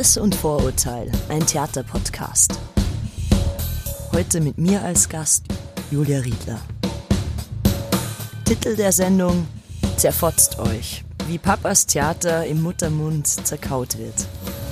Verriss und Vorurteil, ein Theaterpodcast. Heute mit mir als Gast Julia Riedler. Titel der Sendung: Zerfotzt euch, wie Papas Theater im Muttermund zerkaut wird.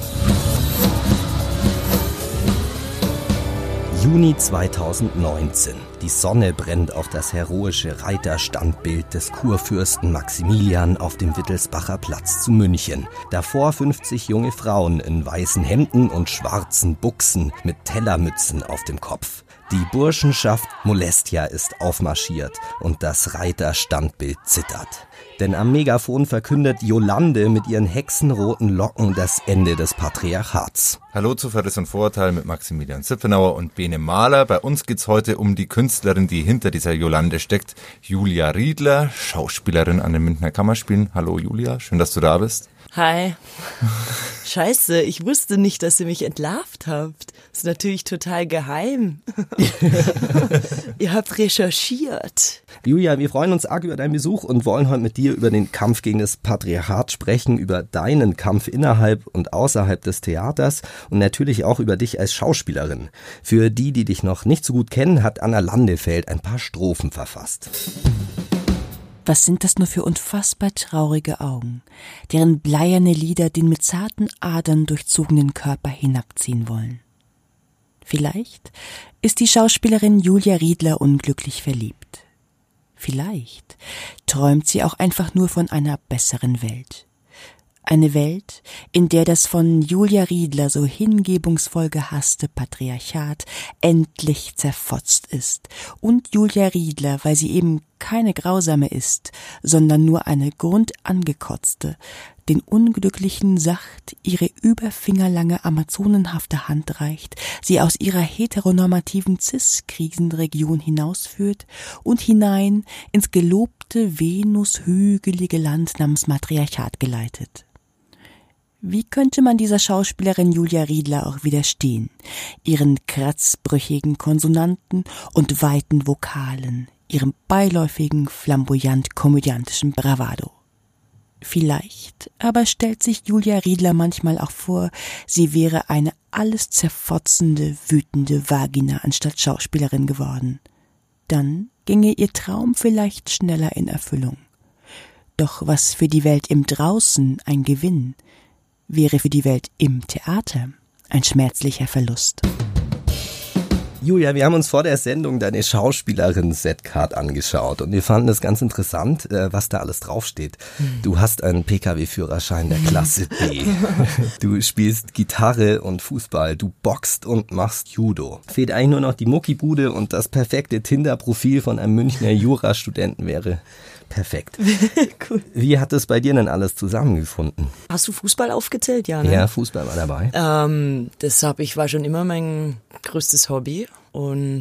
Juni 2019. Die Sonne brennt auf das heroische Reiterstandbild des Kurfürsten Maximilian auf dem Wittelsbacher Platz zu München. Davor 50 junge Frauen in weißen Hemden und schwarzen Buxen mit Tellermützen auf dem Kopf. Die Burschenschaft Molestia ist aufmarschiert und das Reiterstandbild zittert. Denn am Megafon verkündet Jolande mit ihren hexenroten Locken das Ende des Patriarchats. Hallo zu Verriss und Vorurteil mit Maximilian Zipfenauer und Bene Mahler. Bei uns geht's heute um die Künstlerin, die hinter dieser Jolande steckt, Julia Riedler, Schauspielerin an den Münchner Kammerspielen. Hallo Julia, schön, dass du da bist. Hi. Scheiße, ich wusste nicht, dass ihr mich entlarvt habt. Das ist natürlich total geheim. Ihr habt recherchiert. Julia, wir freuen uns arg über deinen Besuch und wollen heute mit dir über den Kampf gegen das Patriarchat sprechen, über deinen Kampf innerhalb und außerhalb des Theaters und natürlich auch über dich als Schauspielerin. Für die dich noch nicht so gut kennen, hat Anna Landefeld ein paar Strophen verfasst. Was sind das nur für unfassbar traurige Augen, deren bleierne Lider den mit zarten Adern durchzogenen Körper hinabziehen wollen. Vielleicht ist die Schauspielerin Julia Riedler unglücklich verliebt. Vielleicht träumt sie auch einfach nur von einer besseren Welt. Eine Welt, in der das von Julia Riedler so hingebungsvoll gehasste Patriarchat endlich zerfotzt ist und Julia Riedler, weil sie eben keine grausame ist, sondern nur eine grundangekotzte, den Unglücklichen sacht ihre überfingerlange amazonenhafte Hand reicht, sie aus ihrer heteronormativen Cis-Krisenregion hinausführt und hinein ins gelobte Venus-hügelige Land namens Matriarchat geleitet. Wie könnte man dieser Schauspielerin Julia Riedler auch widerstehen, ihren kratzbrüchigen Konsonanten und weiten Vokalen, ihrem beiläufigen, flamboyant-komödiantischen Bravado? Vielleicht aber stellt sich Julia Riedler manchmal auch vor, sie wäre eine alles zerfotzende, wütende Vagina anstatt Schauspielerin geworden. Dann ginge ihr Traum vielleicht schneller in Erfüllung. Doch was für die Welt im Draußen ein Gewinn, wäre für die Welt im Theater ein schmerzlicher Verlust. Julia, wir haben uns vor der Sendung deine Schauspielerin-Setcard angeschaut und wir fanden es ganz interessant, was da alles draufsteht. Du hast einen Pkw-Führerschein der Klasse B. Du spielst Gitarre und Fußball, du boxt und machst Judo. Fehlt eigentlich nur noch die Muckibude und das perfekte Tinder-Profil von einem Münchner Jurastudenten wäre perfekt. Cool. Wie hat es bei dir denn alles zusammengefunden? Hast du Fußball aufgezählt? Ja, ne? Ja, Fußball war dabei. War schon immer mein größtes Hobby und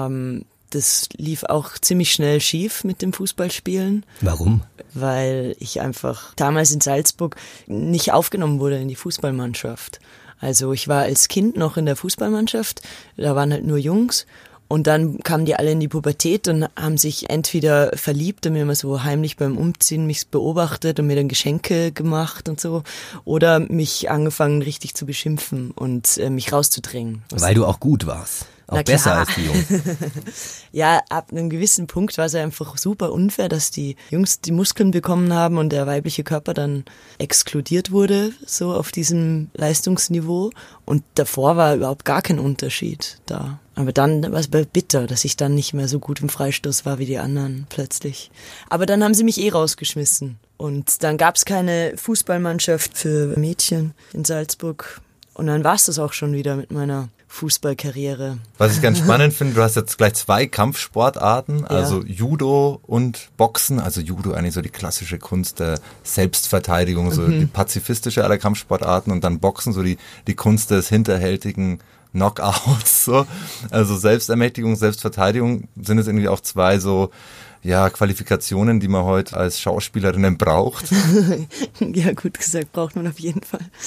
das lief auch ziemlich schnell schief mit dem Fußballspielen. Warum? Weil ich einfach damals in Salzburg nicht aufgenommen wurde in die Fußballmannschaft. Also ich war als Kind noch in der Fußballmannschaft, da waren halt nur Jungs. Und dann kamen die alle in die Pubertät und haben sich entweder verliebt und mir immer so heimlich beim Umziehen mich beobachtet und mir dann Geschenke gemacht und so. Oder mich angefangen richtig zu beschimpfen und mich rauszudrängen. Weil du auch gut warst. Auch besser als die Jungs. Ja, ab einem gewissen Punkt war es einfach super unfair, dass die Jungs die Muskeln bekommen haben und der weibliche Körper dann exkludiert wurde, so auf diesem Leistungsniveau. Und davor war überhaupt gar kein Unterschied da. Aber dann war es bitter, dass ich dann nicht mehr so gut im Freistoß war wie die anderen plötzlich. Aber dann haben sie mich rausgeschmissen. Und dann gab es keine Fußballmannschaft für Mädchen in Salzburg. Und dann war es das auch schon wieder mit meiner Fußballkarriere. Was ich ganz spannend finde, du hast jetzt gleich 2 Kampfsportarten, also Judo und Boxen. Also Judo eigentlich so die klassische Kunst der Selbstverteidigung, so die pazifistische aller Kampfsportarten, und dann Boxen, so die Kunst des hinterhältigen Knockouts. So. Also Selbstermächtigung, Selbstverteidigung sind jetzt irgendwie auch 2 so Qualifikationen, die man heute als Schauspielerinnen braucht. Ja, gut gesagt, braucht man auf jeden Fall.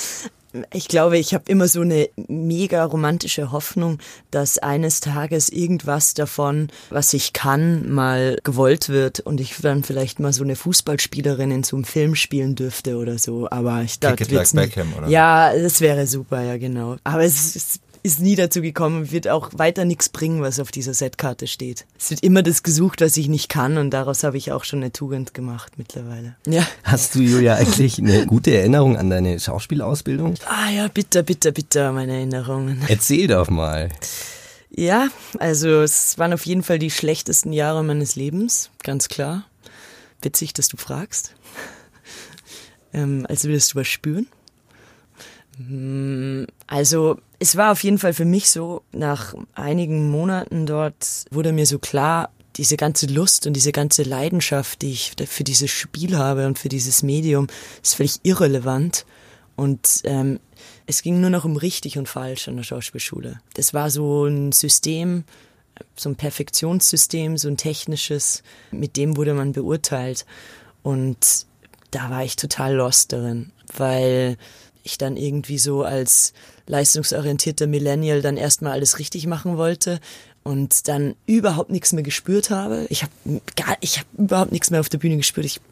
Ich glaube, ich habe immer so eine mega romantische Hoffnung, dass eines Tages irgendwas davon, was ich kann, mal gewollt wird und ich dann vielleicht mal so eine Fußballspielerin in so einem Film spielen dürfte oder so. Aber ich dachte, Kick it like Beckham, oder? Ja, das wäre super, ja genau. Aber es ist nie dazu gekommen, wird auch weiter nichts bringen, was auf dieser Setkarte steht. Es wird immer das gesucht, was ich nicht kann und daraus habe ich auch schon eine Tugend gemacht mittlerweile. Ja. Hast du, Julia, eigentlich eine gute Erinnerung an deine Schauspielausbildung? Ah ja, bitte, meine Erinnerungen. Erzähl doch mal. Ja, also es waren auf jeden Fall die schlechtesten Jahre meines Lebens, ganz klar. Witzig, dass du fragst. Also würdest du was spüren? Also es war auf jeden Fall für mich so, nach einigen Monaten dort wurde mir so klar, diese ganze Lust und diese ganze Leidenschaft, die ich für dieses Spiel habe und für dieses Medium, ist völlig irrelevant. Und es ging nur noch um richtig und falsch an der Schauspielschule. Das war so ein System, so ein Perfektionssystem, so ein technisches, mit dem wurde man beurteilt. Und da war ich total lost darin, weil ich dann irgendwie so als leistungsorientierter Millennial dann erstmal alles richtig machen wollte und dann überhaupt nichts mehr gespürt habe. Ich habe überhaupt nichts mehr auf der Bühne gespürt. Ich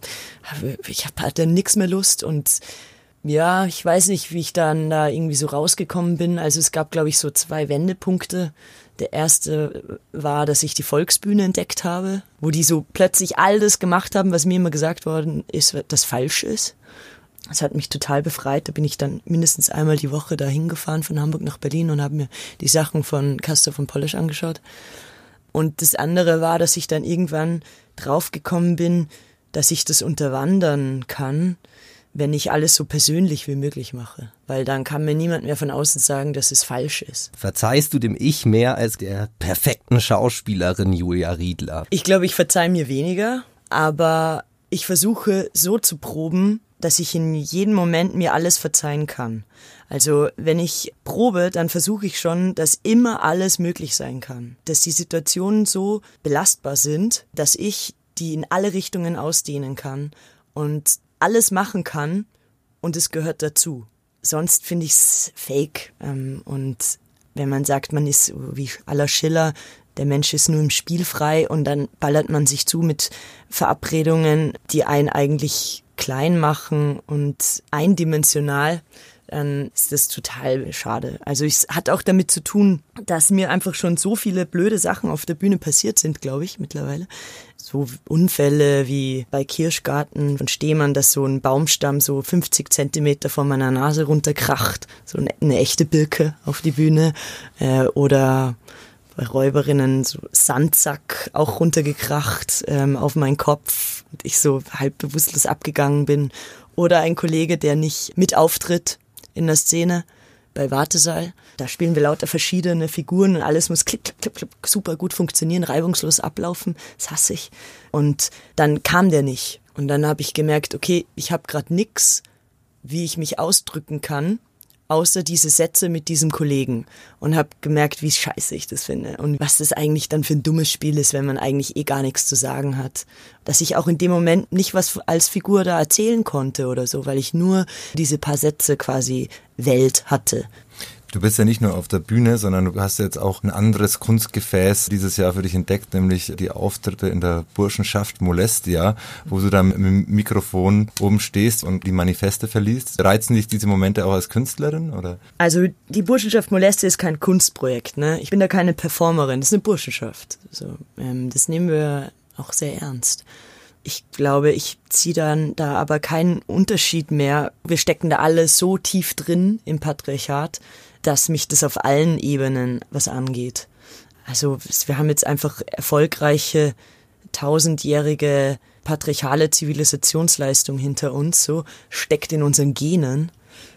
hatte nichts mehr Lust und ja, ich weiß nicht, wie ich dann da irgendwie so rausgekommen bin. Also es gab, glaube ich, so 2 Wendepunkte. Der erste war, dass ich die Volksbühne entdeckt habe, wo die so plötzlich all das gemacht haben, was mir immer gesagt worden ist, das falsch ist. Das hat mich total befreit. Da bin ich dann mindestens einmal die Woche da hingefahren von Hamburg nach Berlin und habe mir die Sachen von Castor von Polish angeschaut. Und das andere war, dass ich dann irgendwann draufgekommen bin, dass ich das unterwandern kann, wenn ich alles so persönlich wie möglich mache. Weil dann kann mir niemand mehr von außen sagen, dass es falsch ist. Verzeihst du dem Ich mehr als der perfekten Schauspielerin Julia Riedler? Ich glaube, ich verzeihe mir weniger, aber ich versuche so zu proben, dass ich in jedem Moment mir alles verzeihen kann. Also wenn ich probe, dann versuche ich schon, dass immer alles möglich sein kann. Dass die Situationen so belastbar sind, dass ich die in alle Richtungen ausdehnen kann und alles machen kann und es gehört dazu. Sonst finde ich es fake. Und wenn man sagt, man ist wie à la Schiller, der Mensch ist nur im Spiel frei und dann ballert man sich zu mit Verabredungen, die einen eigentlich klein machen und eindimensional, dann ist das total schade. Also es hat auch damit zu tun, dass mir einfach schon so viele blöde Sachen auf der Bühne passiert sind, glaube ich, mittlerweile. So Unfälle wie bei Kirschgarten von Stehmann, dass so ein Baumstamm so 50 Zentimeter von meiner Nase runterkracht, so eine echte Birke auf die Bühne. Oder bei Räuberinnen so Sandsack auch runtergekracht auf meinen Kopf und ich so halb bewusstlos abgegangen bin. Oder ein Kollege, der nicht mit auftritt in der Szene bei Wartesaal. Da spielen wir lauter verschiedene Figuren und alles muss klipp, klipp, klipp, klipp, super gut funktionieren, reibungslos ablaufen. Das hasse ich. Und dann kam der nicht. Und dann habe ich gemerkt, okay, ich habe gerade nix, wie ich mich ausdrücken kann, außer diese Sätze mit diesem Kollegen und habe gemerkt, wie scheiße ich das finde und was das eigentlich dann für ein dummes Spiel ist, wenn man eigentlich gar nichts zu sagen hat. Dass ich auch in dem Moment nicht was als Figur da erzählen konnte oder so, weil ich nur diese paar Sätze quasi Welt hatte. Du bist ja nicht nur auf der Bühne, sondern du hast jetzt auch ein anderes Kunstgefäß dieses Jahr für dich entdeckt, nämlich die Auftritte in der Burschenschaft Molestia, wo du da mit dem Mikrofon oben stehst und die Manifeste verliest. Reizen dich diese Momente auch als Künstlerin, oder? Also die Burschenschaft Molestia ist kein Kunstprojekt, ne? Ich bin da keine Performerin, das ist eine Burschenschaft. Also, das nehmen wir auch sehr ernst. Ich glaube, ich ziehe dann da aber keinen Unterschied mehr. Wir stecken da alle so tief drin im Patriarchat, dass mich das auf allen Ebenen was angeht. Also wir haben jetzt einfach erfolgreiche, 1000-jährige patriarchale Zivilisationsleistung hinter uns, so steckt in unseren Genen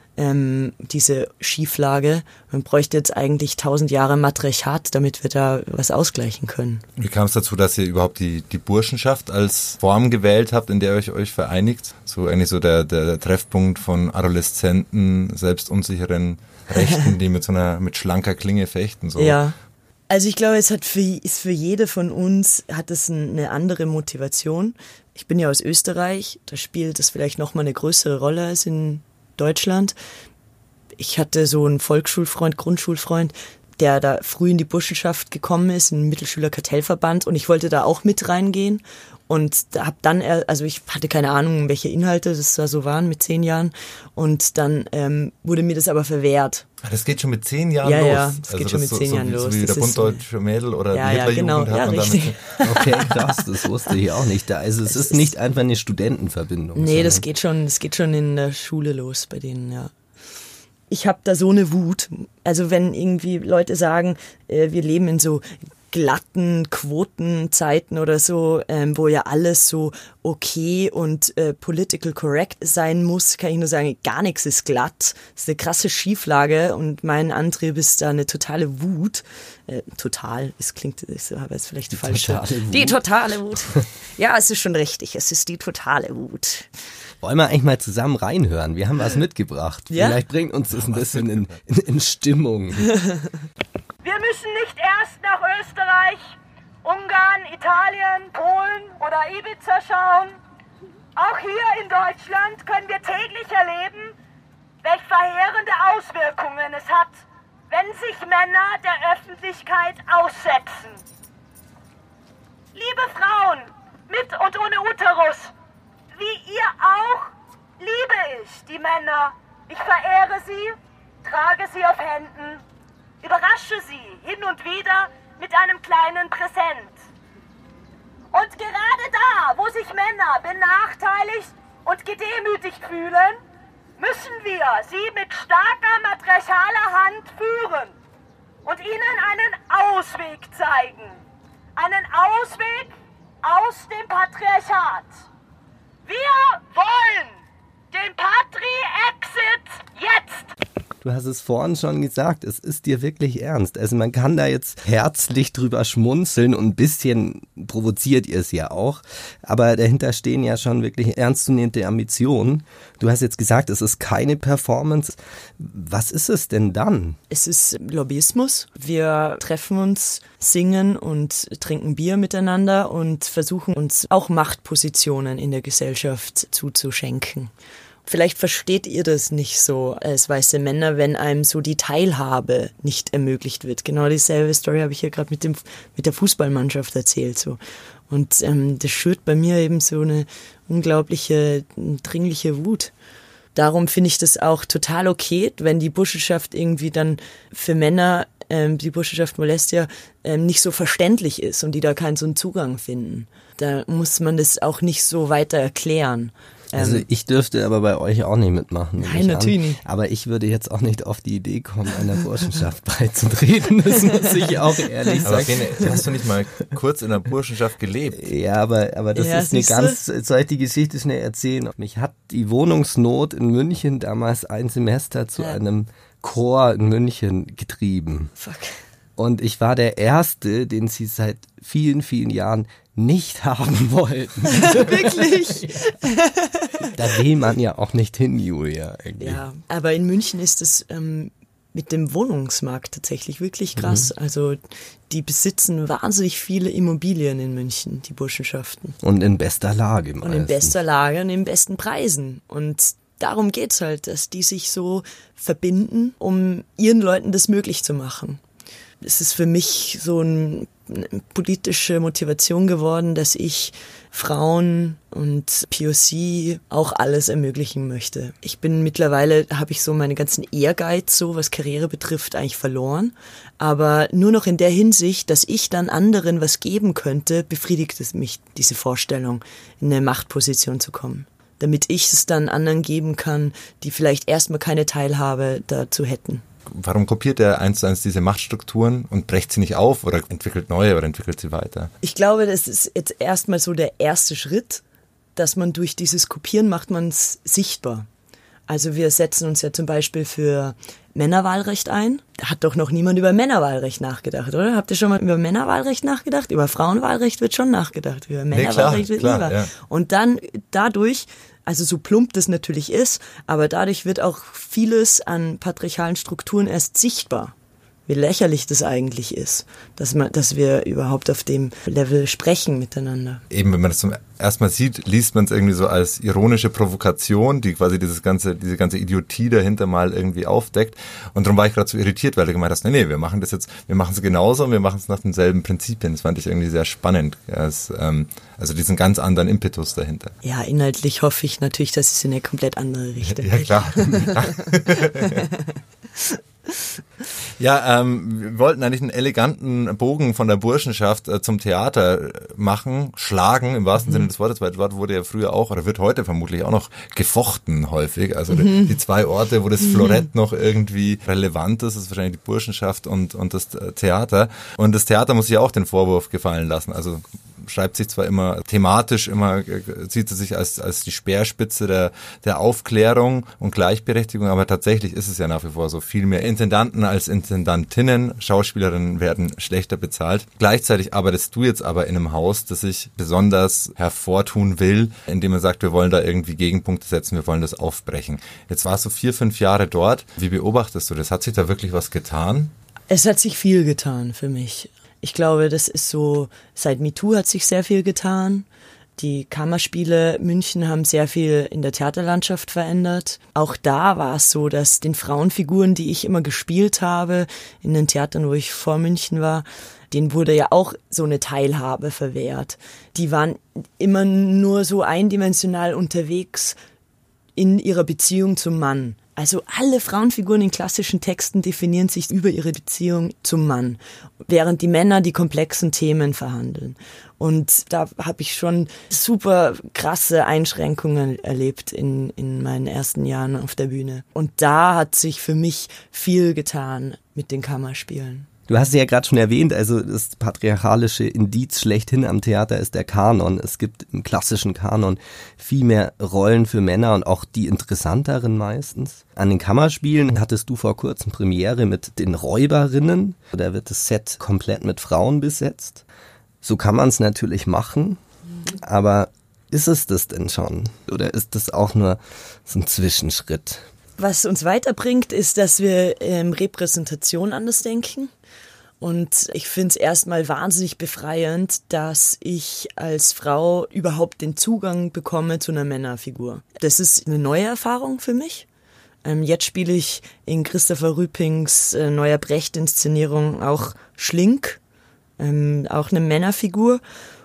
diese Schieflage. Man bräuchte jetzt eigentlich 1000 Jahre Matriarchat, damit wir da was ausgleichen können. Wie kam es dazu, dass ihr überhaupt die Burschenschaft als Form gewählt habt, in der ihr euch vereinigt? So eigentlich so der Treffpunkt von Adoleszenten, selbstunsicheren Rechten, die mit schlanker Klinge fechten. So. Ja. Also ich glaube, ist für jede von uns hat es eine andere Motivation. Ich bin ja aus Österreich, da spielt es vielleicht nochmal eine größere Rolle als in Deutschland. Ich hatte so einen Volksschulfreund, Grundschulfreund, der da früh in die Burschenschaft gekommen ist, im Mittelschülerkartellverband, und ich wollte da auch mit reingehen. Und habe dann, also ich hatte keine Ahnung, welche Inhalte das da so waren mit 10 Jahren. Und dann wurde mir das aber verwehrt. Das geht schon mit 10 Jahren los? Ja, das geht schon mit 10 Jahren los. So wie der bunddeutsche Mädel oder die Hitlerjugend genau, hat man richtig. damit. Okay, krass, das wusste ich auch nicht. Also es ist nicht einfach eine Studentenverbindung. Nee, das geht schon in der Schule los bei denen, ja. Ich habe da so eine Wut. Also wenn irgendwie Leute sagen, wir leben in so glatten Quotenzeiten oder so, wo ja alles so okay und political correct sein muss, kann ich nur sagen, gar nichts ist glatt. Das ist eine krasse Schieflage und mein Antrieb ist da eine totale Wut. Total, es klingt, aber es ist vielleicht falsch. Die totale Wut. Ja, es ist schon richtig, es ist die totale Wut. Wollen wir eigentlich mal zusammen reinhören? Wir haben was mitgebracht. Ja? Vielleicht bringt uns das ein bisschen in Stimmung. Wir müssen nicht erst nach Österreich, Ungarn, Italien, Polen oder Ibiza schauen. Auch hier in Deutschland können wir täglich erleben, welch verheerende Auswirkungen es hat, wenn sich Männer der Öffentlichkeit aussetzen. Liebe Frauen, mit und ohne Uterus, wie ihr auch, liebe ich die Männer. Ich verehre sie, trage sie auf Händen, überrasche sie hin und wieder mit einem kleinen Präsent. Und gerade da, wo sich Männer benachteiligt und gedemütigt fühlen, müssen wir sie mit starker matriarchaler Hand führen und ihnen einen Ausweg zeigen. Einen Ausweg aus dem Patriarchat. Wir wollen den Patri-Exit jetzt! Du hast es vorhin schon gesagt, es ist dir wirklich ernst. Also man kann da jetzt herzlich drüber schmunzeln und ein bisschen provoziert ihr es ja auch. Aber dahinter stehen ja schon wirklich ernstzunehmende Ambitionen. Du hast jetzt gesagt, es ist keine Performance. Was ist es denn dann? Es ist Lobbyismus. Wir treffen uns, singen und trinken Bier miteinander und versuchen uns auch Machtpositionen in der Gesellschaft zuzuschenken. Vielleicht versteht ihr das nicht so als weiße Männer, wenn einem so die Teilhabe nicht ermöglicht wird. Genau dieselbe Story habe ich hier gerade mit der Fußballmannschaft erzählt. So. Und das schürt bei mir eben so eine unglaubliche, dringliche Wut. Darum finde ich das auch total okay, wenn die Burschenschaft irgendwie dann für Männer, die Burschenschaft Molestia, nicht so verständlich ist und die da keinen so einen Zugang finden. Da muss man das auch nicht so weiter erklären. Also ich dürfte aber bei euch auch nicht mitmachen. Nein, natürlich nicht. Aber ich würde jetzt auch nicht auf die Idee kommen, einer Burschenschaft beizutreten. Das muss ich auch ehrlich sagen. Aber Bene, hast du nicht mal kurz in der Burschenschaft gelebt? Ja, aber das ist eine ganz, soll ich die Geschichte schnell erzählen? Mich hat die Wohnungsnot in München damals ein Semester zu einem Chor in München getrieben. Fuck. Und ich war der Erste, den sie seit vielen, vielen Jahren nicht haben wollten. Wirklich? Da will man ja auch nicht hin, Julia. Irgendwie. Ja, aber in München ist es mit dem Wohnungsmarkt tatsächlich wirklich krass. Also die besitzen wahnsinnig viele Immobilien in München, die Burschenschaften. Und in bester Lage meistens. Und in bester Lage und in besten Preisen. Und darum geht's halt, dass die sich so verbinden, um ihren Leuten das möglich zu machen. Es ist für mich so eine politische Motivation geworden, dass ich Frauen und POC auch alles ermöglichen möchte. Ich bin mittlerweile, habe ich so meine ganzen Ehrgeiz, so was Karriere betrifft, eigentlich verloren. Aber nur noch in der Hinsicht, dass ich dann anderen was geben könnte, befriedigt es mich, diese Vorstellung, in eine Machtposition zu kommen. Damit ich es dann anderen geben kann, die vielleicht erstmal keine Teilhabe dazu hätten. Warum kopiert er 1:1 diese Machtstrukturen und brecht sie nicht auf oder entwickelt neue oder entwickelt sie weiter? Ich glaube, das ist jetzt erstmal so der erste Schritt, dass man durch dieses Kopieren macht man es sichtbar. Also wir setzen uns ja zum Beispiel für Männerwahlrecht ein. Da hat doch noch niemand über Männerwahlrecht nachgedacht, oder? Habt ihr schon mal über Männerwahlrecht nachgedacht? Über Frauenwahlrecht wird schon nachgedacht. Über Männerwahlrecht wird nie. Ja. Und dann dadurch, also so plump das natürlich ist, aber dadurch wird auch vieles an patriarchalen Strukturen erst sichtbar. wie lächerlich das eigentlich ist, dass wir überhaupt auf dem Level sprechen miteinander. Eben, wenn man das zum ersten Mal sieht, liest man es irgendwie so als ironische Provokation, die quasi diese ganze Idiotie dahinter mal irgendwie aufdeckt. Und darum war ich gerade so irritiert, weil du gemeint hast, nee, wir machen es genauso und wir machen es nach denselben Prinzipien. Das fand ich irgendwie sehr spannend. Also diesen ganz anderen Impetus dahinter. Ja, inhaltlich hoffe ich natürlich, dass es in eine komplett andere Richtung geht. Ja, klar. Ja, wir wollten eigentlich einen eleganten Bogen von der Burschenschaft zum Theater schlagen, im wahrsten Sinne des Wortes, weil dort wurde ja früher auch, oder wird heute vermutlich auch noch gefochten häufig. Also die zwei Orte, wo das Florett noch irgendwie relevant ist wahrscheinlich die Burschenschaft und das Theater. Und das Theater muss sich auch den Vorwurf gefallen lassen. Also schreibt sich zwar immer thematisch, sieht sie sich als die Speerspitze der Aufklärung und Gleichberechtigung, aber tatsächlich ist es ja nach wie vor so, viel mehr Intendanten als Intendantinnen, Schauspielerinnen werden schlechter bezahlt. Gleichzeitig arbeitest du jetzt aber in einem Haus, das sich besonders hervortun will, indem man sagt, wir wollen da irgendwie Gegenpunkte setzen, wir wollen das aufbrechen. Jetzt warst du 4-5 Jahre dort. Wie beobachtest du das? Hat sich da wirklich was getan? Es hat sich viel getan für mich. Ich glaube, das ist so, seit MeToo hat sich sehr viel getan. Die Kammerspiele München haben sehr viel in der Theaterlandschaft verändert. Auch da war es so, dass den Frauenfiguren, die ich immer gespielt habe, in den Theatern, wo ich vor München war, denen wurde ja auch so eine Teilhabe verwehrt. Die waren immer nur so eindimensional unterwegs in ihrer Beziehung zum Mann. Also alle Frauenfiguren in klassischen Texten definieren sich über ihre Beziehung zum Mann, während die Männer die komplexen Themen verhandeln. Und da habe ich schon super krasse Einschränkungen erlebt in meinen ersten Jahren auf der Bühne. Und da hat sich für mich viel getan mit den Kammerspielen. Du hast es ja gerade schon erwähnt, also das patriarchalische Indiz schlechthin am Theater ist der Kanon. Es gibt im klassischen Kanon viel mehr Rollen für Männer und auch die interessanteren meistens. An den Kammerspielen hattest du vor kurzem Premiere mit den Räuberinnen. Da wird das Set komplett mit Frauen besetzt. So kann man es natürlich machen, aber ist es das denn schon? Oder ist das auch nur so ein Zwischenschritt? Was uns weiterbringt, ist, dass wir Repräsentation anders denken. Und ich finde es erstmal wahnsinnig befreiend, dass ich als Frau überhaupt den Zugang bekomme zu einer Männerfigur. Das ist eine neue Erfahrung für mich. Jetzt spiele ich in Christopher Rüpings neuer Brecht-Inszenierung auch Schlink, auch eine Männerfigur.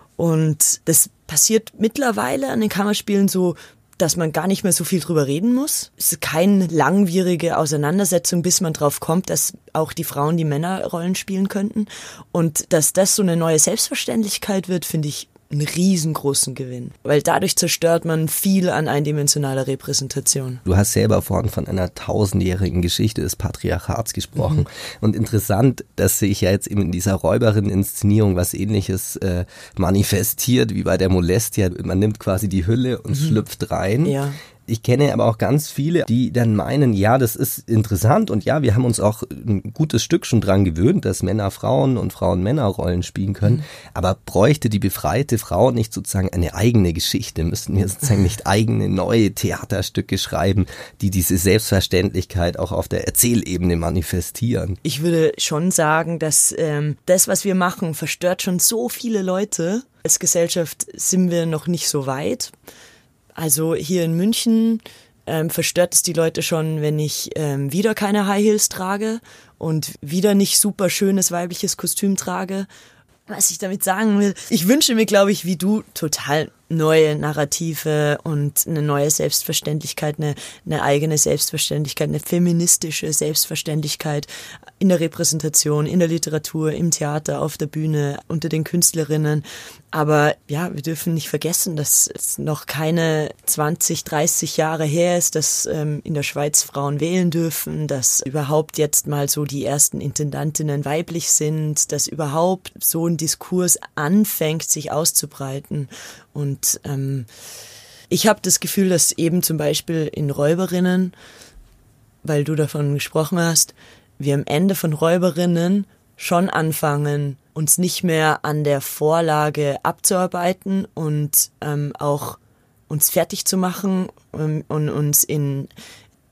Und das passiert mittlerweile an den Kammerspielen so, dass man gar nicht mehr so viel drüber reden muss. Es ist keine langwierige Auseinandersetzung, bis man drauf kommt, dass auch die Frauen die Männerrollen spielen könnten. Und dass das so eine neue Selbstverständlichkeit wird, finde ich einen riesengroßen Gewinn. Weil dadurch zerstört man viel an eindimensionaler Repräsentation. Du hast selber vorhin von einer 1000-jährigen Geschichte des Patriarchats gesprochen. Und interessant, dass sich ja jetzt eben in dieser Räuberin-Inszenierung was Ähnliches manifestiert wie bei der Molestia. Man nimmt quasi die Hülle und schlüpft rein. Ja. Ich kenne aber auch ganz viele, die dann meinen, ja, das ist interessant und ja, wir haben uns auch ein gutes Stück schon dran gewöhnt, dass Männer Frauen und Frauen Männerrollen spielen können, aber bräuchte die befreite Frau nicht sozusagen eine eigene Geschichte, müssten wir sozusagen nicht eigene neue Theaterstücke schreiben, die diese Selbstverständlichkeit auch auf der Erzählebene manifestieren? Ich würde schon sagen, dass das, was wir machen, verstört schon so viele Leute. Als Gesellschaft sind wir noch nicht so weit. Also hier in München verstört es die Leute schon, wenn ich wieder keine High Heels trage und wieder nicht super schönes weibliches Kostüm trage. Was ich damit sagen will, ich wünsche mir, glaube ich, wie du, total neue Narrative und eine neue Selbstverständlichkeit, eine eigene Selbstverständlichkeit, eine feministische Selbstverständlichkeit in der Repräsentation, in der Literatur, im Theater, auf der Bühne, unter den Künstlerinnen. Aber ja, wir dürfen nicht vergessen, dass es noch keine 20, 30 Jahre her ist, dass in der Schweiz Frauen wählen dürfen, dass überhaupt jetzt mal so die ersten Intendantinnen weiblich sind, dass überhaupt so ein Diskurs anfängt, sich auszubreiten. Und ich habe das Gefühl, dass eben zum Beispiel in Räuberinnen, weil du davon gesprochen hast, wir am Ende von Räuberinnen schon anfangen, uns nicht mehr an der Vorlage abzuarbeiten und auch uns fertig zu machen und uns in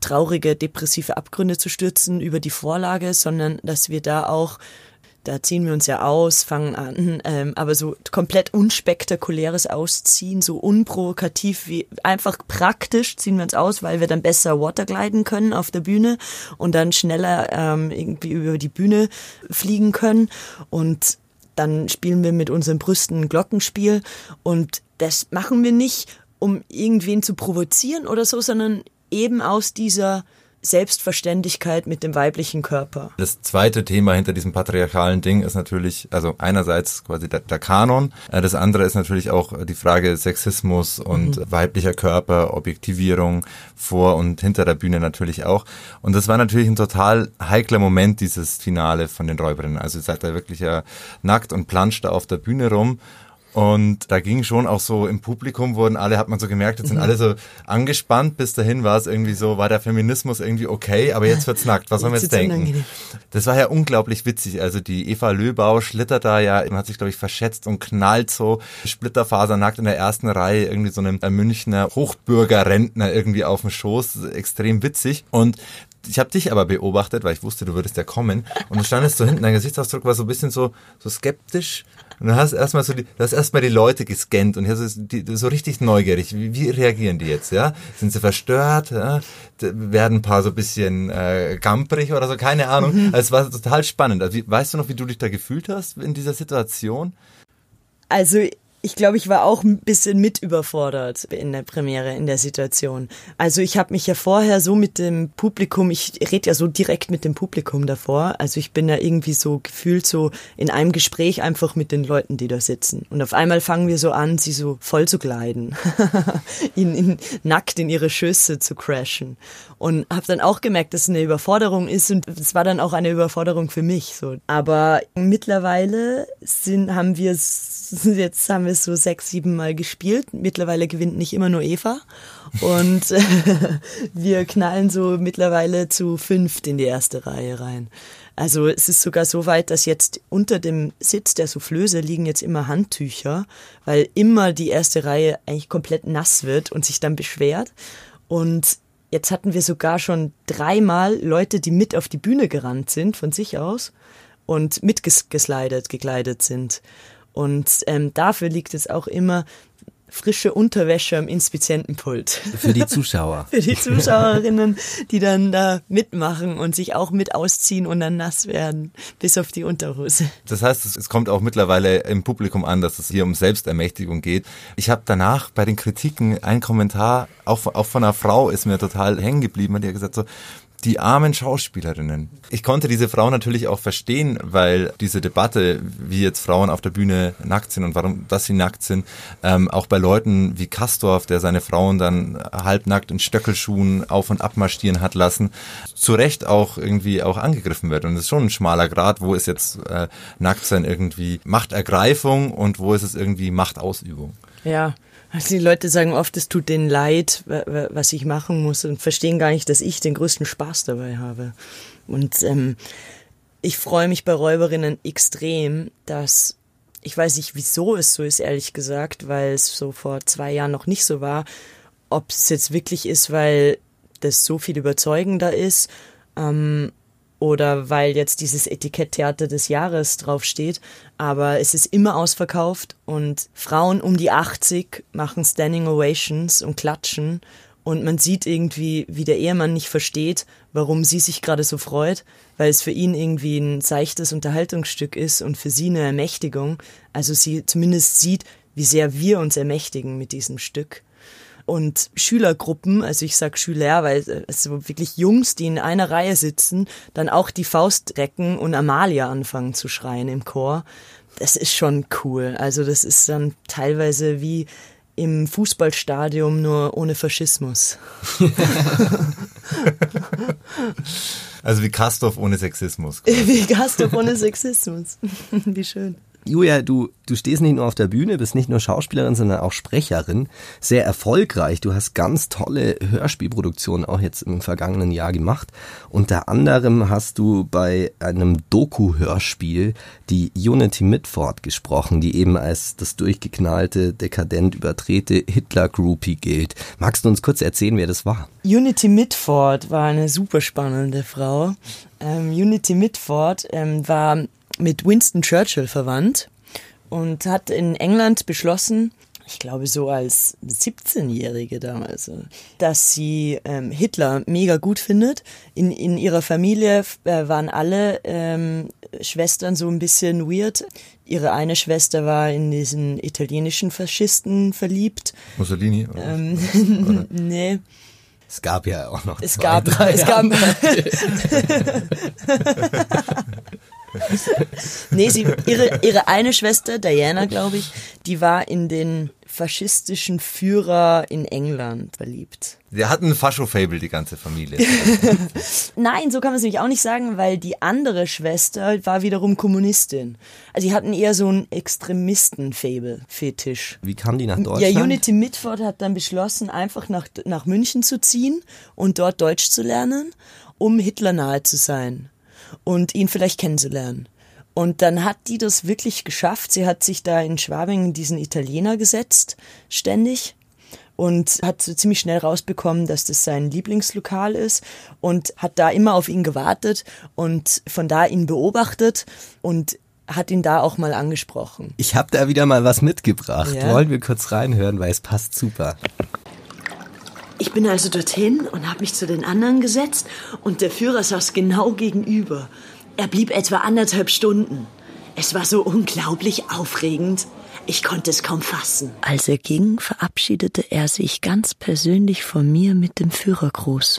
traurige, depressive Abgründe zu stürzen über die Vorlage, sondern dass wir da ziehen wir uns ja aus, fangen an, aber so komplett unspektakuläres Ausziehen, so unprovokativ wie einfach praktisch ziehen wir uns aus, weil wir dann besser watergliden können auf der Bühne und dann schneller irgendwie über die Bühne fliegen können und dann spielen wir mit unseren Brüsten ein Glockenspiel und das machen wir nicht, um irgendwen zu provozieren oder so, sondern eben aus dieser Selbstverständlichkeit mit dem weiblichen Körper. Das zweite Thema hinter diesem patriarchalen Ding ist natürlich, also einerseits quasi der Kanon, das andere ist natürlich auch die Frage Sexismus und weiblicher Körper, Objektivierung vor und hinter der Bühne natürlich auch. Und das war natürlich ein total heikler Moment, dieses Finale von den Räuberinnen. Also ihr seid da wirklich ja nackt und planscht da auf der Bühne rum. Und da ging schon auch so im Publikum hat man so gemerkt, jetzt sind alle so angespannt. Bis dahin war es irgendwie so, war der Feminismus irgendwie okay, aber jetzt wird's nackt. Was sollen wir jetzt denken? Unangenehm. Das war ja unglaublich witzig. Also die Eva Löbau schlittert da ja, hat sich glaube ich verschätzt und knallt so splitterfasernackt in der ersten Reihe irgendwie so einem Münchner Hochbürgerrentner irgendwie auf dem Schoß. Extrem witzig. Und ich habe dich aber beobachtet, weil ich wusste, du würdest ja kommen. Und du standest so hinten, dein Gesichtsausdruck war so ein bisschen so skeptisch. Und du hast erstmal die Leute gescannt und hier so richtig neugierig. Wie reagieren die jetzt? Ja? Sind sie verstört? Ja? Werden ein paar so ein bisschen gamprig oder so? Keine Ahnung. Also es war total spannend. Also, weißt du noch, wie du dich da gefühlt hast in dieser Situation? Also ich glaube, ich war auch ein bisschen mit überfordert in der Premiere, in der Situation. Also ich habe mich ja vorher so mit dem Publikum, ich rede ja so direkt mit dem Publikum davor, also ich bin ja irgendwie so gefühlt so in einem Gespräch einfach mit den Leuten, die da sitzen. Und auf einmal fangen wir so an, sie so voll zu gleiten, nackt in ihre Schöße zu crashen. Und habe dann auch gemerkt, dass es eine Überforderung ist und es war dann auch eine Überforderung für mich. So. Aber mittlerweile haben wir es so 6-7 Mal gespielt. Mittlerweile gewinnt nicht immer nur Eva. Und wir knallen so mittlerweile zu 5 in die erste Reihe rein. Also es ist sogar so weit, dass jetzt unter dem Sitz der Soufflöse liegen jetzt immer Handtücher, weil immer die erste Reihe eigentlich komplett nass wird und sich dann beschwert. Und jetzt hatten wir sogar schon 3-mal Leute, die mit auf die Bühne gerannt sind von sich aus und gekleidet sind. Und dafür liegt es auch immer frische Unterwäsche am Inspizientenpult. Für die Zuschauer. Für die Zuschauerinnen, die dann da mitmachen und sich auch mit ausziehen und dann nass werden, bis auf die Unterhose. Das heißt, es kommt auch mittlerweile im Publikum an, dass es hier um Selbstermächtigung geht. Ich habe danach bei den Kritiken einen Kommentar, auch von einer Frau ist mir total hängen geblieben, die hat gesagt so, die armen Schauspielerinnen. Ich konnte diese Frau natürlich auch verstehen, weil diese Debatte, wie jetzt Frauen auf der Bühne nackt sind und warum, dass sie nackt sind, auch bei Leuten wie Castorf, der seine Frauen dann halbnackt in Stöckelschuhen auf- und abmarschieren hat lassen, zu Recht auch irgendwie auch angegriffen wird. Und es ist schon ein schmaler Grat, wo ist jetzt Nacktsein irgendwie Machtergreifung und wo ist es irgendwie Machtausübung. Ja. Also die Leute sagen oft, es tut denen leid, was ich machen muss und verstehen gar nicht, dass ich den größten Spaß dabei habe. Und ich freue mich bei Räuberinnen extrem, dass, ich weiß nicht, wieso es so ist, ehrlich gesagt, weil es so vor 2 Jahren noch nicht so war, ob es jetzt wirklich ist, weil das so viel überzeugender ist, oder weil jetzt dieses Etikett-Theater des Jahres draufsteht, aber es ist immer ausverkauft und Frauen um die 80 machen Standing Ovations und klatschen und man sieht irgendwie, wie der Ehemann nicht versteht, warum sie sich gerade so freut, weil es für ihn irgendwie ein seichtes Unterhaltungsstück ist und für sie eine Ermächtigung, also sie zumindest sieht, wie sehr wir uns ermächtigen mit diesem Stück. Und Schülergruppen, also ich sag Schüler, weil es so wirklich Jungs, die in einer Reihe sitzen, dann auch die Faust recken und Amalia anfangen zu schreien im Chor. Das ist schon cool. Also das ist dann teilweise wie im Fußballstadion, nur ohne Faschismus. Also wie Castorf ohne Sexismus. Wie Castorf ohne Sexismus. Wie schön. Julia, du stehst nicht nur auf der Bühne, bist nicht nur Schauspielerin, sondern auch Sprecherin. Sehr erfolgreich. Du hast ganz tolle Hörspielproduktionen auch jetzt im vergangenen Jahr gemacht. Unter anderem hast du bei einem Doku-Hörspiel die Unity Mitford gesprochen, die eben als das durchgeknallte, dekadent überdrehte Hitler-Groupie gilt. Magst du uns kurz erzählen, wer das war? Unity Mitford war eine super spannende Frau. Unity Mitford war mit Winston Churchill verwandt und hat in England beschlossen, ich glaube so als 17-Jährige damals, dass sie Hitler mega gut findet. In ihrer Familie waren alle Schwestern so ein bisschen weird. Ihre eine Schwester war in diesen italienischen Faschisten verliebt. Mussolini? Oder? Nee. Es gab ja auch noch es gab Nee, ihre eine Schwester, Diana, glaube ich, die war in den faschistischen Führer in England verliebt. Die hatten ein Fascho-Fable, die ganze Familie. Nein, so kann man es nämlich auch nicht sagen, weil die andere Schwester war wiederum Kommunistin. Also die hatten eher so einen Extremisten-Fable-Fetisch. Wie kam die nach Deutschland? Ja, Unity Mitford hat dann beschlossen, einfach nach München zu ziehen und dort Deutsch zu lernen, um Hitler nahe zu sein und ihn vielleicht kennenzulernen. Und dann hat die das wirklich geschafft. Sie hat sich da in Schwabing diesen Italiener gesetzt, ständig. Und hat so ziemlich schnell rausbekommen, dass das sein Lieblingslokal ist. Und hat da immer auf ihn gewartet und von da ihn beobachtet und hat ihn da auch mal angesprochen. Ich habe da wieder mal was mitgebracht. Ja? Wollen wir kurz reinhören, weil es passt super. Ich bin also dorthin und habe mich zu den anderen gesetzt und der Führer saß genau gegenüber. Er blieb etwa 1,5 Stunden. Es war so unglaublich aufregend. Ich konnte es kaum fassen. Als er ging, verabschiedete er sich ganz persönlich von mir mit dem Führergruß.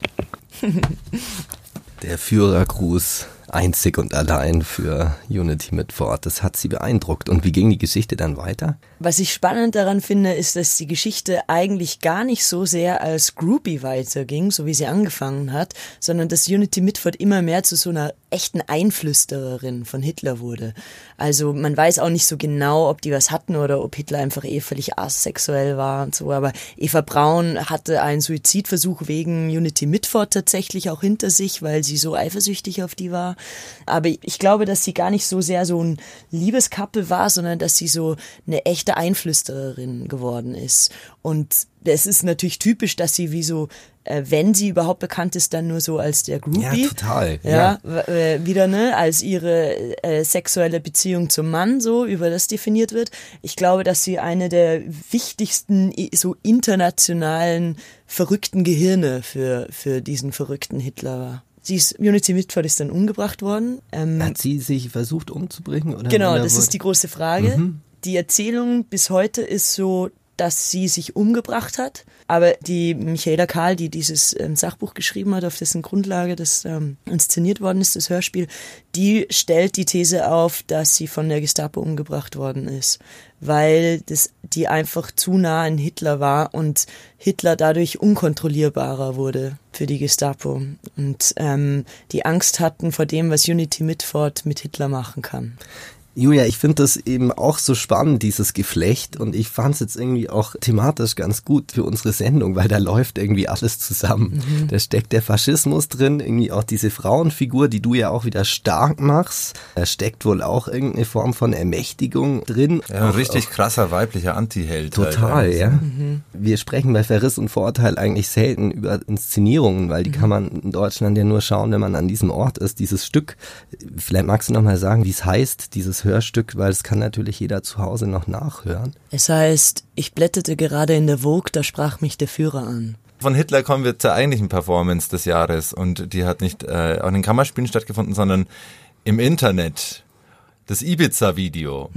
Der Führergruß, einzig und allein für Unity Mitford. Das hat sie beeindruckt. Und wie ging die Geschichte dann weiter? Was ich spannend daran finde, ist, dass die Geschichte eigentlich gar nicht so sehr als Groupie weiterging, so wie sie angefangen hat, sondern dass Unity Mitford immer mehr zu so einer echten Einflüstererin von Hitler wurde. Also man weiß auch nicht so genau, ob die was hatten oder ob Hitler einfach völlig asexuell war und so, aber Eva Braun hatte einen Suizidversuch wegen Unity Mitford tatsächlich auch hinter sich, weil sie so eifersüchtig auf die war. Aber ich glaube, dass sie gar nicht so sehr so ein Liebescouple war, sondern dass sie so eine echte Einflüstererin geworden ist. Und es ist natürlich typisch, dass sie wie so, wenn sie überhaupt bekannt ist, dann nur so als der Groupie. Ja, total. Ja. Wieder, ne, als ihre sexuelle Beziehung zum Mann, so, über das definiert wird. Ich glaube, dass sie eine der wichtigsten, so internationalen, verrückten Gehirne für diesen verrückten Hitler war. Unity Mitford ist dann umgebracht worden. Hat sie sich versucht umzubringen? Oder genau, das ist die große Frage. Mhm. Die Erzählung bis heute ist so, dass sie sich umgebracht hat. Aber die Michaela Kahl, die dieses Sachbuch geschrieben hat, auf dessen Grundlage das inszeniert worden ist, das Hörspiel, die stellt die These auf, dass sie von der Gestapo umgebracht worden ist. Weil die einfach zu nah an Hitler war und Hitler dadurch unkontrollierbarer wurde für die Gestapo. Und die Angst hatten vor dem, was Unity Mitford mit Hitler machen kann. Julia, ich finde das eben auch so spannend, dieses Geflecht, und ich fand es jetzt irgendwie auch thematisch ganz gut für unsere Sendung, weil da läuft irgendwie alles zusammen. Mhm. Da steckt der Faschismus drin, irgendwie auch diese Frauenfigur, die du ja auch wieder stark machst. Da steckt wohl auch irgendeine Form von Ermächtigung drin. Ja, ein richtig krasser weiblicher Antiheld. Total, halt. Ja. Mhm. Wir sprechen bei Verriss und Vorurteil eigentlich selten über Inszenierungen, weil die kann man in Deutschland ja nur schauen, wenn man an diesem Ort ist. Dieses Stück, vielleicht magst du noch mal sagen, wie es heißt, dieses Hörstück, weil es kann natürlich jeder zu Hause noch nachhören. Es heißt, ich blätterte gerade in der Vogue, da sprach mich der Führer an. Von Hitler kommen wir zur eigentlichen Performance des Jahres und die hat nicht an den Kammerspielen stattgefunden, sondern im Internet. Das Ibiza-Video.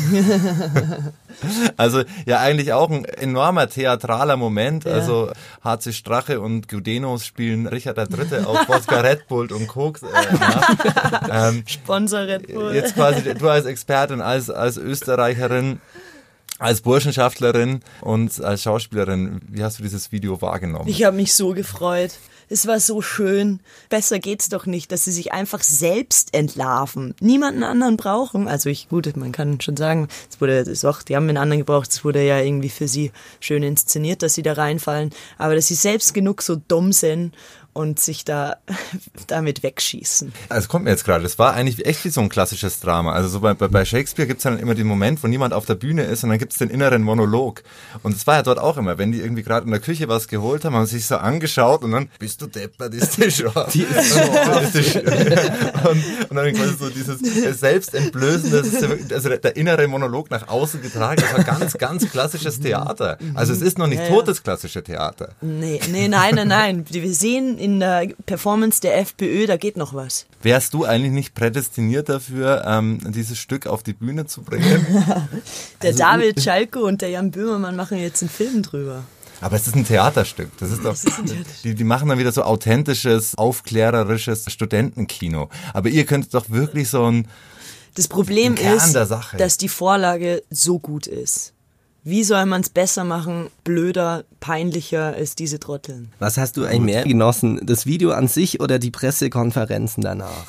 Also ja eigentlich auch ein enormer theatraler Moment. Ja. Also HC Strache und Gudenos spielen Richard III. Auf Vodka Red Bull und Koks nach. Sponsor Red Bull. Jetzt quasi du als Expertin, als Österreicherin, als Burschenschaftlerin und als Schauspielerin, wie hast du dieses Video wahrgenommen? Ich habe mich so gefreut. es war so schön. Besser geht's doch nicht, dass sie sich einfach selbst entlarven. Niemanden anderen brauchen. Also gut, man kann schon sagen, die haben einen anderen gebraucht. Es wurde ja irgendwie für sie schön inszeniert, dass sie da reinfallen. Aber dass sie selbst genug so dumm sind und sich damit wegschießen. Also kommt mir jetzt gerade, das war eigentlich echt wie so ein klassisches Drama. Also so bei Shakespeare gibt's dann immer den Moment, wo niemand auf der Bühne ist und dann gibt's den inneren Monolog. Und das war ja dort auch immer, wenn die irgendwie gerade in der Küche was geholt haben sich so angeschaut und dann, bist du deppert, ist die schon. Die ist schon. Und dann quasi so dieses selbstentblößende, also der innere Monolog nach außen getragen. Das war ganz, ganz klassisches Theater. Also es ist noch nicht totes klassische Theater. Nein. Wir sehen in der Performance der FPÖ, da geht noch was. Wärst du eigentlich nicht prädestiniert dafür, dieses Stück auf die Bühne zu bringen? Der David Schalko und der Jan Böhmermann machen jetzt einen Film drüber. Aber es ist ein Theaterstück. Das ist doch, die machen dann wieder so authentisches, aufklärerisches Studentenkino. Aber ihr könnt doch wirklich so Das Problem ist, dass die Vorlage so gut ist. Wie soll man es besser machen, blöder, peinlicher als diese Trotteln? Was hast du eigentlich mehr genossen, das Video an sich oder die Pressekonferenzen danach?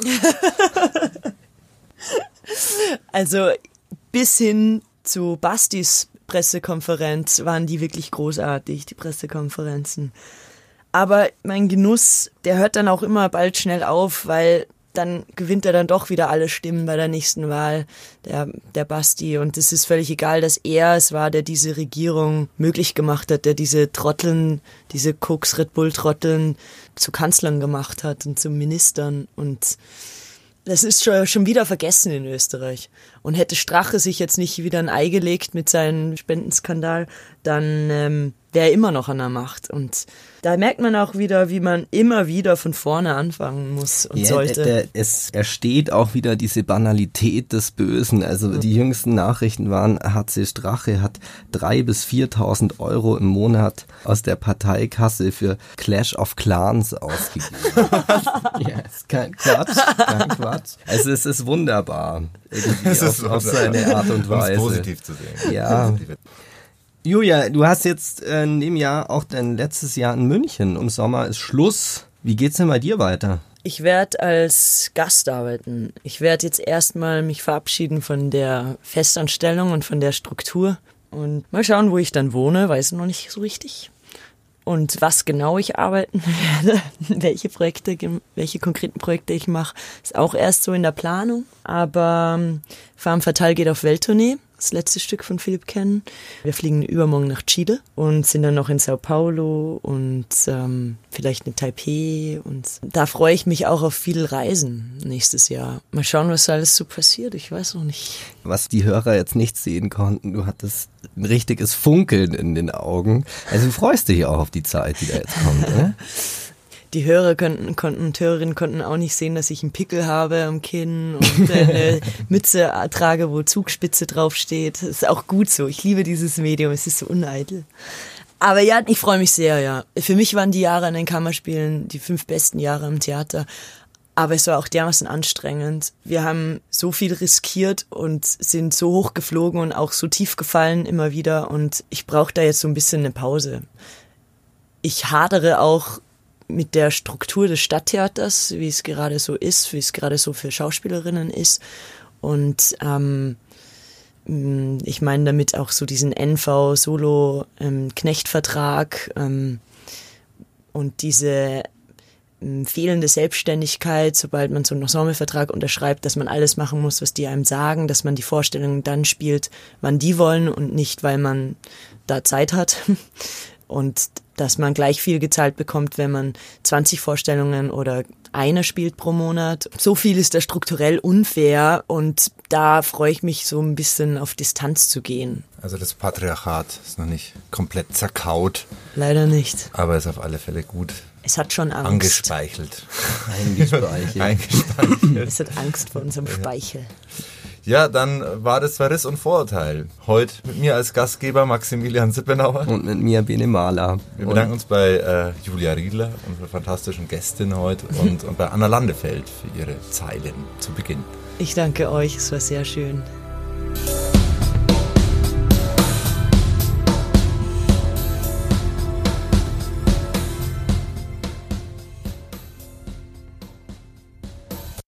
Also bis hin zu Bastis Pressekonferenz waren die wirklich großartig, die Pressekonferenzen. Aber mein Genuss, der hört dann auch immer bald schnell auf, weil dann gewinnt er dann doch wieder alle Stimmen bei der nächsten Wahl, der Basti. Und es ist völlig egal, dass er es war, der diese Regierung möglich gemacht hat, der diese Trotteln, diese Koks-Red Bull-Trotteln zu Kanzlern gemacht hat und zu Ministern. Und das ist schon wieder vergessen in Österreich. Und hätte Strache sich jetzt nicht wieder ein Ei gelegt mit seinem Spendenskandal, dann wäre er immer noch an der Macht. Und da merkt man auch wieder, wie man immer wieder von vorne anfangen muss und sollte. Er steht auch wieder diese Banalität des Bösen. Also die jüngsten Nachrichten waren, HC Strache hat 3.000 bis 4.000 Euro im Monat aus der Parteikasse für Clash of Clans ausgegeben. Ja, ist kein Quatsch. Also es ist wunderbar. Irgendwie auf seine Art und Weise. Um es positiv zu sehen. Ja. Julia, du hast jetzt in dem Jahr auch dein letztes Jahr in München. Im Sommer ist Schluss. Wie geht's denn bei dir weiter? Ich werde als Gast arbeiten. Ich werde jetzt erstmal mich verabschieden von der Festanstellung und von der Struktur und mal schauen, wo ich dann wohne, weiß noch nicht so richtig. Und was genau ich arbeiten werde, welche konkreten Projekte ich mache, ist auch erst so in der Planung. Aber Femme Fatale geht auf Welttournee, das letzte Stück von Philipp Ken. Wir fliegen übermorgen nach Chile und sind dann noch in Sao Paulo und vielleicht in Taipei. Und da freue ich mich auch auf viele Reisen nächstes Jahr. Mal schauen, was alles so passiert, ich weiß noch nicht. Was die Hörer jetzt nicht sehen konnten, du hattest ein richtiges Funkeln in den Augen. Also du freust dich auch auf die Zeit, die da jetzt kommt, oder? Die Hörer und Hörerinnen konnten auch nicht sehen, dass ich einen Pickel habe am Kinn und eine Mütze trage, wo Zugspitze draufsteht. Das ist auch gut so. Ich liebe dieses Medium. Es ist so uneitel. Aber ja, ich freue mich sehr, ja. Für mich waren die Jahre an den Kammerspielen die 5 besten Jahre im Theater. Aber es war auch dermaßen anstrengend. Wir haben so viel riskiert und sind so hoch geflogen und auch so tief gefallen immer wieder. Und ich brauche da jetzt so ein bisschen eine Pause. Ich hadere auch mit der Struktur des Stadttheaters, wie es gerade so ist, wie es gerade so für Schauspielerinnen ist. Und ich meine damit auch so diesen NV-Solo-Knechtvertrag und diese fehlende Selbstständigkeit, sobald man so einen Ensemblevertrag unterschreibt, dass man alles machen muss, was die einem sagen, dass man die Vorstellungen dann spielt, wann die wollen und nicht, weil man da Zeit hat. Und dass man gleich viel gezahlt bekommt, wenn man 20 Vorstellungen oder eine spielt pro Monat. So viel ist da strukturell unfair und da freue ich mich so ein bisschen auf Distanz zu gehen. Also das Patriarchat ist noch nicht komplett zerkaut. Leider nicht. Aber ist auf alle Fälle gut. Es hat schon Angst. Angespeichelt. Eingespeichelt. Es hat Angst vor unserem Speichel. Ja, dann war das Verriss und Vorurteil. Heute mit mir als Gastgeber Maximilian Sippenauer. Und mit mir Bene Mahler. Wir bedanken uns bei Julia Riedler, unserer fantastischen Gästin heute, und bei Anna Landefeld für ihre Zeilen zu Beginn. Ich danke euch, es war sehr schön.